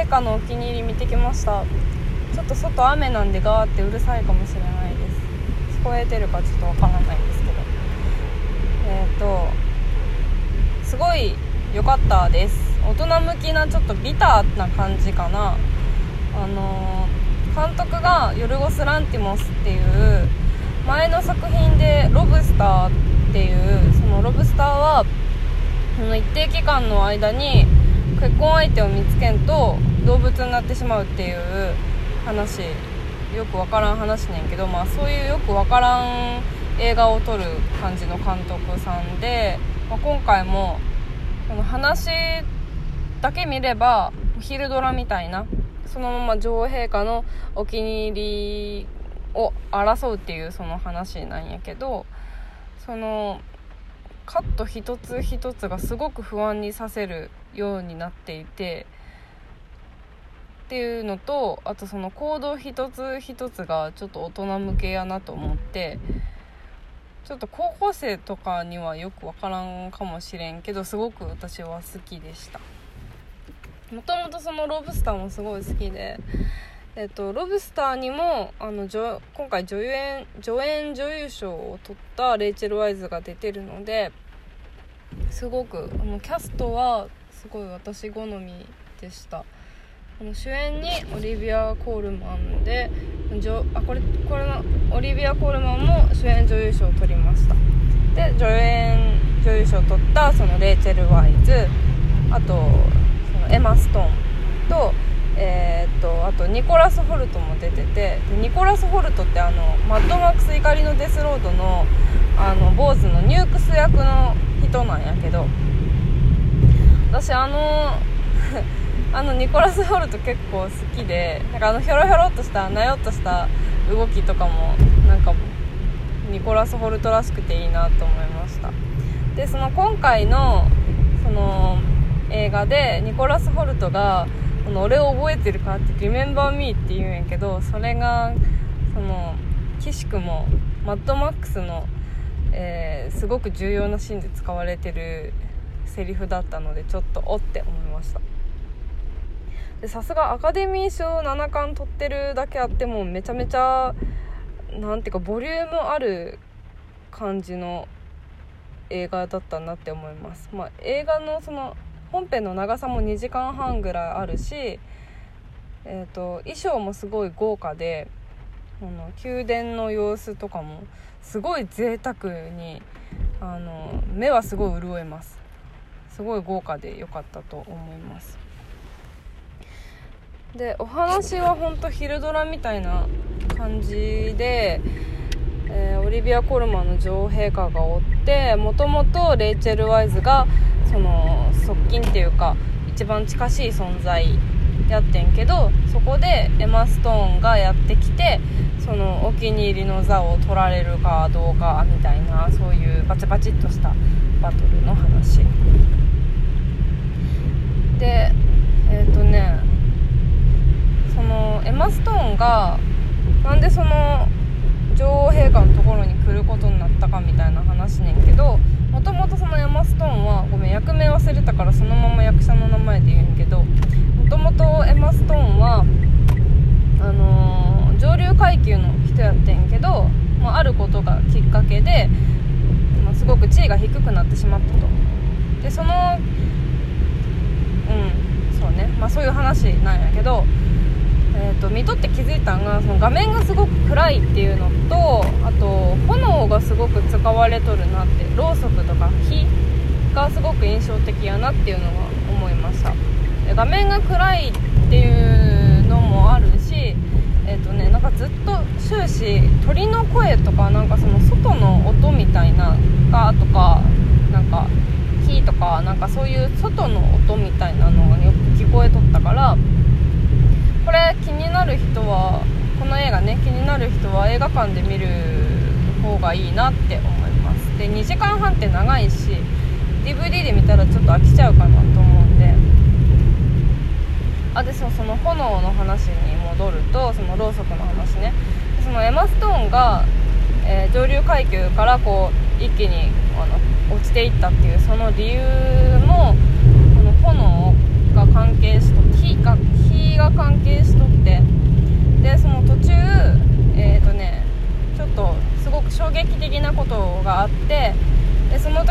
陛下のお気に入り見てきました。ちょっと外雨なんでガーってうるさいかもしれないです。聞こえてるかちょっとわからないんですけど、すごい良かったです。大人向きなちょっとビターな感じかな。監督がヨルゴス・ランティモスっていう前の作品でロブスターっていう、そのロブスターは一定期間の間に結婚相手を見つけんと動物になってしまうっていう話、よくわからん話ねんけど、そういうよくわからん映画を撮る感じの監督さんで、今回もこの話だけ見れば昼ドラみたいな、そのまま女王陛下のお気に入りを争うっていうその話なんやけど、そのカット一つ一つがすごく不安にさせるようになっていてっていうのと、あとその行動一つ一つがちょっと大人向けやなと思って、ちょっと高校生とかにはよくわからんかもしれんけど、すごく私は好きでした。もともとそのロブスターもすごい好きで、ロブスターにも今回助演女優賞を取ったレイチェル・ワイズが出てるので、すごくキャストはすごい私好みでした。主演にオリビア・コールマンで、これのオリビア・コールマンも主演女優賞を取りました。で助演女優賞を取ったそのレイチェル・ワイズ、あとそのエマ・ストーンとあとニコラス・ホルトも出てて、でニコラス・ホルトってマッドマックス怒りのデスロードの坊主のニュークス役の人なんやけど、私ニコラス・ホルト結構好きで、なんかヒョロヒョロっとしたなよっとした動きとかもなんかニコラス・ホルトらしくていいなと思いました。でその今回のその映画でニコラス・ホルトが俺を覚えてるかってリメンバーミーって言うんやけど、それがその岸くもマッドマックスの、すごく重要なシーンで使われてるセリフだったので、ちょっとおって思いました。でさすがアカデミー賞7冠取ってるだけあってもめちゃめちゃなんていうかボリュームある感じの映画だったなって思います。映画のその本編の長さも2時間半ぐらいあるし、衣装もすごい豪華で、宮殿の様子とかもすごい贅沢に目はすごい潤います。すごい豪華で良かったと思います。でお話は本当昼ドラみたいな感じで、オリビア・コールマンの女王陛下がおって、もともとレイチェル・ワイズがその側近っていうか一番近しい存在やってんけど、そこでエマ・ストーンがやってきて、そのお気に入りの座を取られるかどうかみたいな、そういうバチバチっとしたバトルの話で、そのエマ・ストーンがなんでその女王陛下のところに来ることになったかみたいな話ねんけど、もともとそのエマ・ストーンは役名忘れたからそのまま役者の名前で言うんけど、もともとエマ・ストーンは上流階級の人やってんけど、あることがきっかけで、すごく地位が低くなってしまったと。でそのそうね、そういう話なんやけど、見とって気づいたのが、その画面がすごく暗いっていうのと、あと炎がすごく使われとるなって、ろうそくとか火がすごく印象的やなっていうのは思いました。で画面が暗いっていうのもあるし、なんかずっと終始鳥の声とか、なんかその外の音みたいなガーとかなんか火とか、なんかそういう外の音みたいなのがよく聞こえとったから、これ気になる人は、この映画ね気になる人は映画館で見る方がいいなって思います。で2時間半って長いし DVD で見たらちょっと飽きちゃうかなと思うんで、でその炎の話に戻ると、そのろうそくの話ね、そのエマ・ストーンが、上流階級からこう一気に落ちていったっていうその理由も、この炎が関係して、火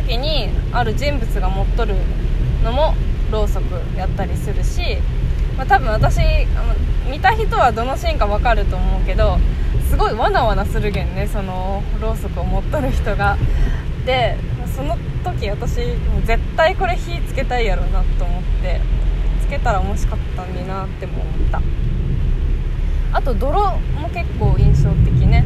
先にある人物が持っとるのもろうそくやったりするし、多分私見た人はどのシーンか分かると思うけど、すごいわなわなするげんね、そのろうそくを持っとる人が。でその時私絶対これ火つけたいやろうなと思って、つけたら面白かったんになっても思った。あと泥も結構印象的ね。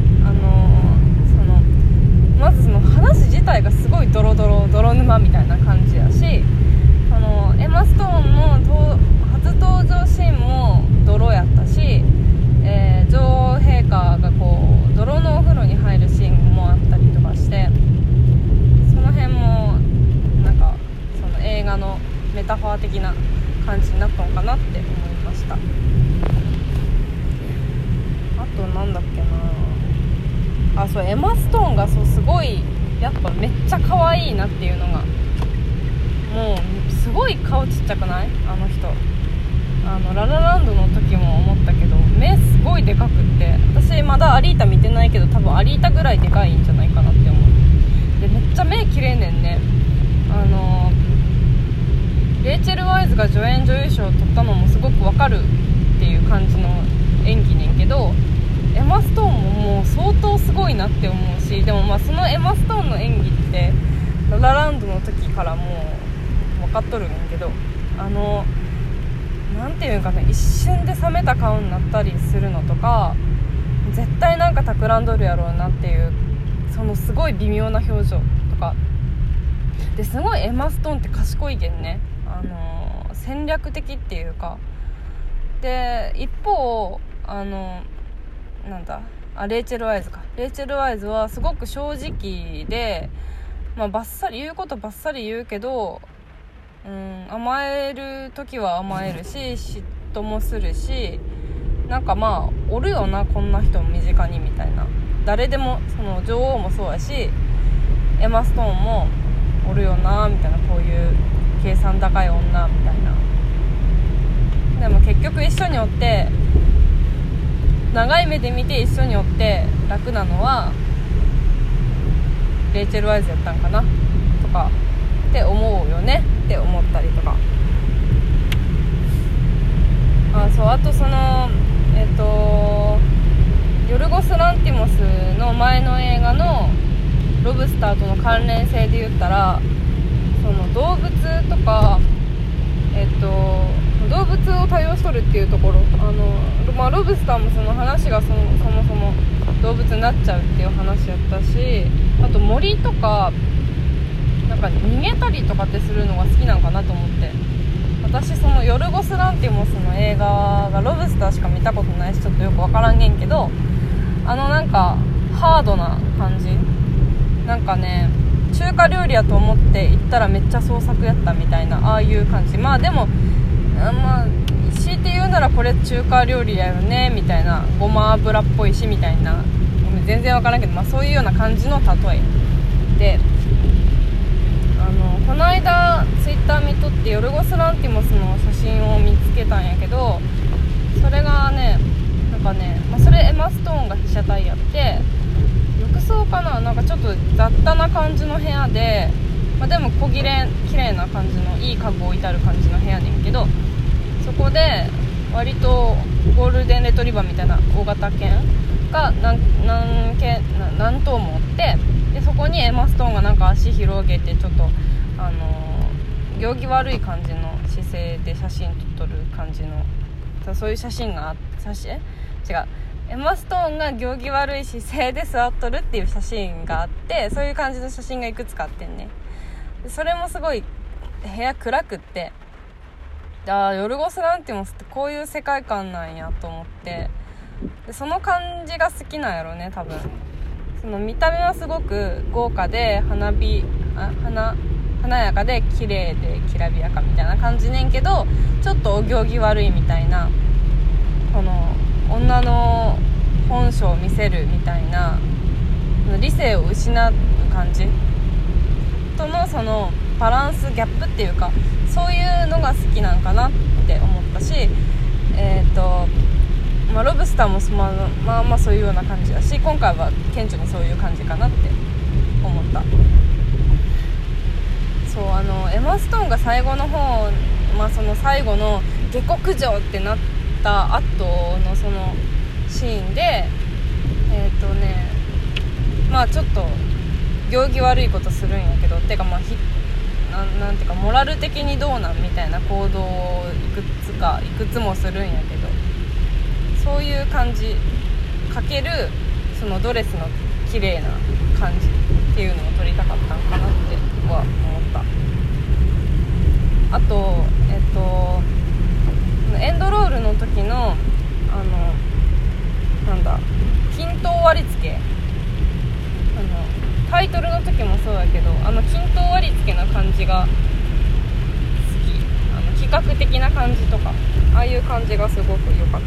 まずその話自体がすごい泥沼みたいな感じやし、エマ・ストーンの初登場シーンも泥やったし、女王陛下がこう泥のお風呂に入るシーンもあったりとかして、その辺もなんかその映画のメタファー的な感じになったのかなって思いました。あとなんだっけな、そうエマ・ストーンがすごいやっぱめっちゃ可愛いなっていうのが、もうすごい顔ちっちゃくない？あの人。ララランドの時も思ったけど、目すごいでかくって、私まだアリータ見てないけど多分アリータぐらいでかいんじゃないかなって思う。でめっちゃ目綺麗ねんね。レイチェル・ワイズが助演女優賞を取ったのもすごくわかるっていう感じの演技ねんけど、エマ・ストーンももう相当すごいなって思うし、でもそのエマ・ストーンの演技ってララランドの時からもう分かっとるねんけど、なんていうかね、一瞬で冷めた顔になったりするのとか、絶対なんか企んどるやろうなっていう、そのすごい微妙な表情とかですごいエマ・ストーンって賢いげんね。戦略的っていうかで、一方レイチェル・ワイズか。レイチェル・ワイズはすごく正直で、バッサリ言うことバッサリ言うけど、甘える時は甘えるし、嫉妬もするし、なんかおるよなこんな人も身近にみたいな、誰でも、その女王もそうやしエマ・ストーンもおるよなみたいな、こういう計算高い女みたいな。でも結局一緒におって、長い目で見て一緒におって楽なのはレイチェル・ワイズやったんかなとかって思うよねって思ったりとか。あとヨルゴス・ランティモスの前の映画のロブスターとの関連性で言ったら、その動物とか動物を多用しとるっていうところ、ロブスターもその話がそもそも動物になっちゃうっていう話やったし、あと森とかなんか逃げたりとかってするのが好きなんかなと思って、私そのヨルゴス・ランティモスの映画がロブスターしか見たことないしちょっとよくわからんげんけど、なんかハードな感じ、なんかね中華料理やと思って行ったらめっちゃ創作やったみたいな、ああいう感じ。でも強いて言うならこれ中華料理やよねみたいな、ごま油っぽいしみたいな、全然わからんけど、そういうような感じの例えで、この間ツイッター見とってヨルゴス・ランティモスの写真を見つけたんやけど、それがねそれエマ・ストーンが被写体やって、浴槽かな、なんかちょっと雑多な感じの部屋で、でも綺麗な感じのいい家具置いてある感じの部屋ねんけど、そこで割とゴールデンレトリバーみたいな大型犬が何頭もおって、でそこにエマ・ストーンがなんか足広げてちょっと行儀悪い感じの姿勢で写真撮っとる感じの、そういう写真がエマ・ストーンが行儀悪い姿勢で座っとるっていう写真があって、そういう感じの写真がいくつかあってんね。でそれもすごい部屋暗くって、ヨルゴス・ランティモスってこういう世界観なんやと思って、でその感じが好きなんやろね多分。その見た目はすごく豪華で華やかで綺麗できらびやかみたいな感じねんけど、ちょっとお行儀悪いみたいな、この女の本性を見せるみたいな、理性を失う感じとのそのバランスギャップっていうか、そういうのが好きなんかなって思ったし、ロブスターもそういうような感じだし、今回は顕著にそういう感じかなって思った。 そうエマ・ストーンが最後の方、その最後の下克上ってなった後のそのシーンでちょっと行儀悪いことするんやけど、てかなんていうかモラル的にどうなんみたいな行動をいくつもするんやけど、そういう感じかけるそのドレスの綺麗な感じっていうのを撮りたかったのかなっては思った。あとエンドロールの時の均等割り付け、タイトルの時もそうだけど均等割り付けの感じが好き。企画的な感じとかああいう感じがすごく良かった。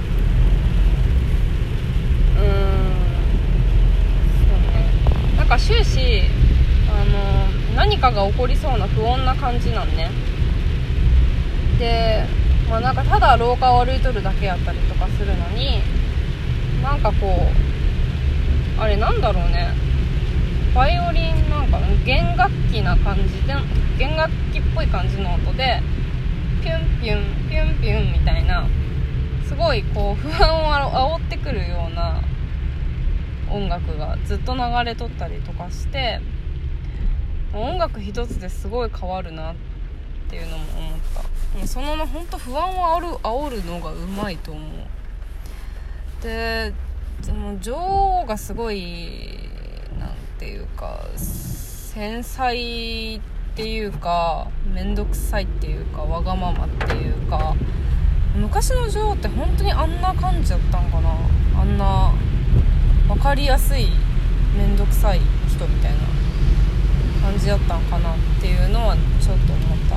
なんか終始何かが起こりそうな不穏な感じなんね。でなんかただ廊下を歩いとるだけやったりとかするのに、なんかこうあれなんだろうね、バイオリンなんか弦楽器な感じで、弦楽器っぽい感じの音でピュンピュンピュンピュンみたいな、すごいこう不安を煽ってくるような音楽がずっと流れとったりとかして、音楽一つですごい変わるなっていうのも思った。その本当不安を煽るのがうまいと思う。で女王がすごいなんていうか繊細っていうかめんどくさいっていうかわがままっていうか、昔の女王って本当にあんな感じだったんかな。あんな分かりやすいめんどくさい人みたいな感じだったんかなっていうのはちょっと思った。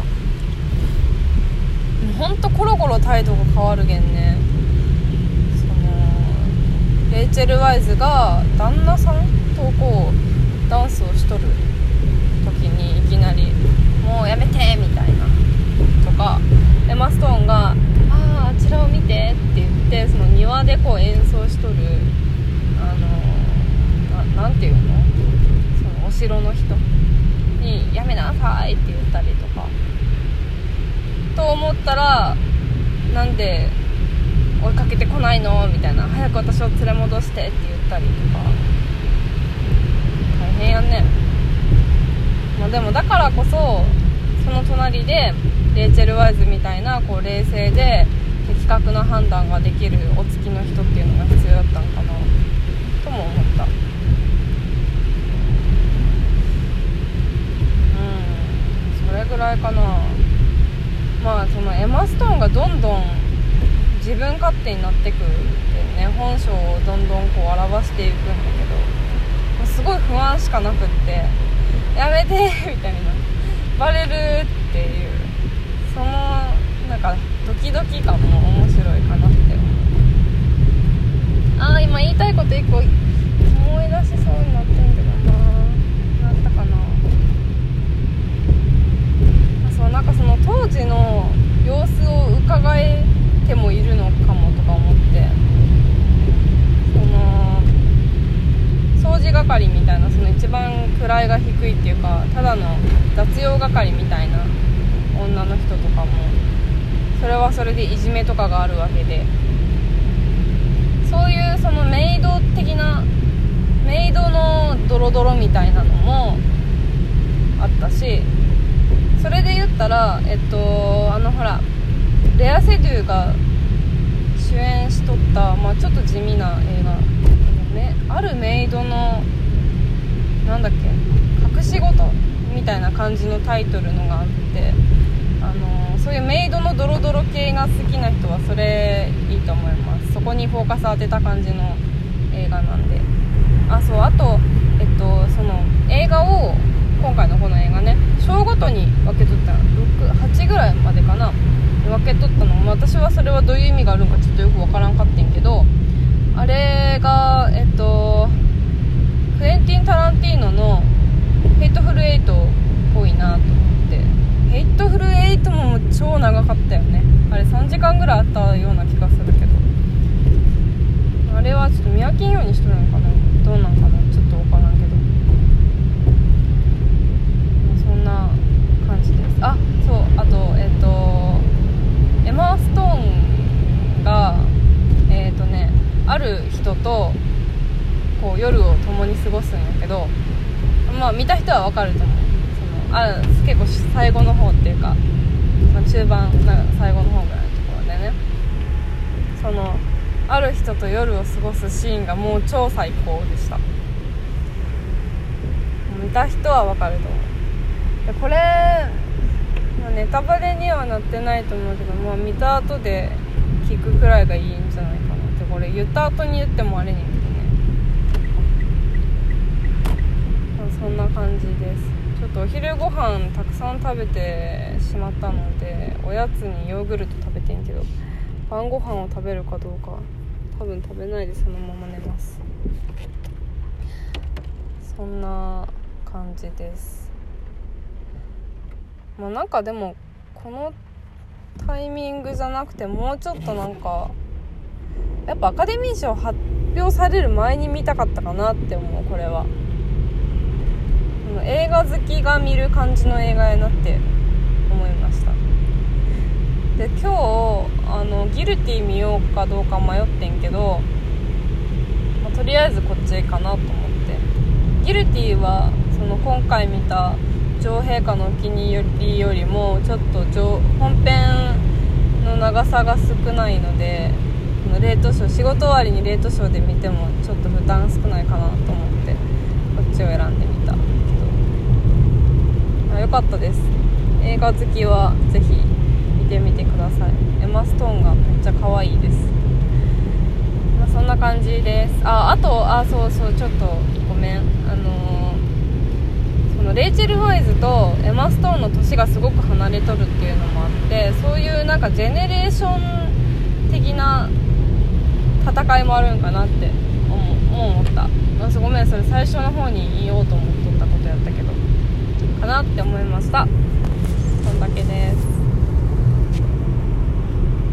ほんとコロコロ態度が変わるげんね。レイチェル・ワイズが旦那さんとこうダンスをしとる時にいきなりもうやめてみたいなとか、エマ・ストーンがあちらを見てって言ってその庭でこう演奏しとるなんていうの、そのお城の人にやめなさいって言ったりとかと思ったら、なんで追いかけてこないのみたいな、早く私を連れ戻してって言ったりとか、大変やね。でもだからこそその隣でレイチェル・ワイズみたいなこう冷静で的確な判断ができるお付きの人っていうのが必要だったのかなとも思った。それぐらいかな。そのエマ・ストーンがどんどん自分勝手になってくってね、本性をどんどんこう表していくんだけど、すごい不安しかなくって、やめてみたいな、バレるっていう、そのなんかドキドキ感も面白いかなって思う。今言いたいこと一個思い出しそうになってんけどなったかな。なんかその当時の様子を伺えてもいるのかもとか思って、その掃除係みたいな、その一番位が低いっていうかただの雑用係みたいな女の人とかもそれはそれでいじめとかがあるわけで、そういうそのメイド的なメイドのドロドロみたいなのもあったし、それで言ったらほらレア・セドゥが主演しとった、ちょっと地味な映画、あるメイドのなんだっけ隠し事みたいな感じのタイトルのがあって、そういうメイドのドロドロ系が好きな人はそれいいと思います。そこにフォーカス当てた感じの映画なんで。あとその映画を今回のこの映画ね、章ごとに分けとった6、8ぐらいまでかな分けとったの。私はそれはどういう意味があるのかちょっとよく分からんかってんけど、あれがクエンティン・タランティーノのヘイトフルエイトっぽいなと思って。ヘイトフルエイトも超長かったよね。あれ3時間ぐらいあったような気がするけど、あれはちょっと見飽きんようにしとるのかな、どうなんかな、ちょっと分からんけど、そんな過ごすんやけど、見た人は分かると思う。結構最後の方っていうか、中盤最後の方ぐらいのところでね、ある人と夜を過ごすシーンがもう超最高でした。見た人は分かると思う。でこれ、ネタバレにはなってないと思うけど、見た後で聞くくらいがいいんじゃないかなって。これ言った後に言ってもあれねんけどね、そんな感じです。ちょっとお昼ご飯たくさん食べてしまったので、おやつにヨーグルト食べてんけど、晩ご飯を食べるかどうか多分食べないでそのまま寝ます。そんな感じです。なんかでもこのタイミングじゃなくて、もうちょっとやっぱアカデミー賞発表される前に見たかったかなって思う。これは映画好きが見る感じの映画やなって思いました。で今日ギルティ見ようかどうか迷ってんけど、とりあえずこっちかなと思って。ギルティは今回見た女王陛下のお気に入りよりもちょっと本編の長さが少ないので、レートショー、仕事終わりにレートショーで見てもちょっと負担少ないかなと思ってこっちを選んでみたけど、良かったです。映画好きはぜひ見てみてください。エマストーンがめっちゃ可愛いです。そんな感じです。そうちょっとごめん、レイチェル・ファイズとエマ・ストーンの年がすごく離れとるっていうのもあって、そういうジェネレーション的な戦いもあるんかなって思った。ごめん、それ最初の方に言おうと思っとったことやったけどかなって思いました。そんだけです。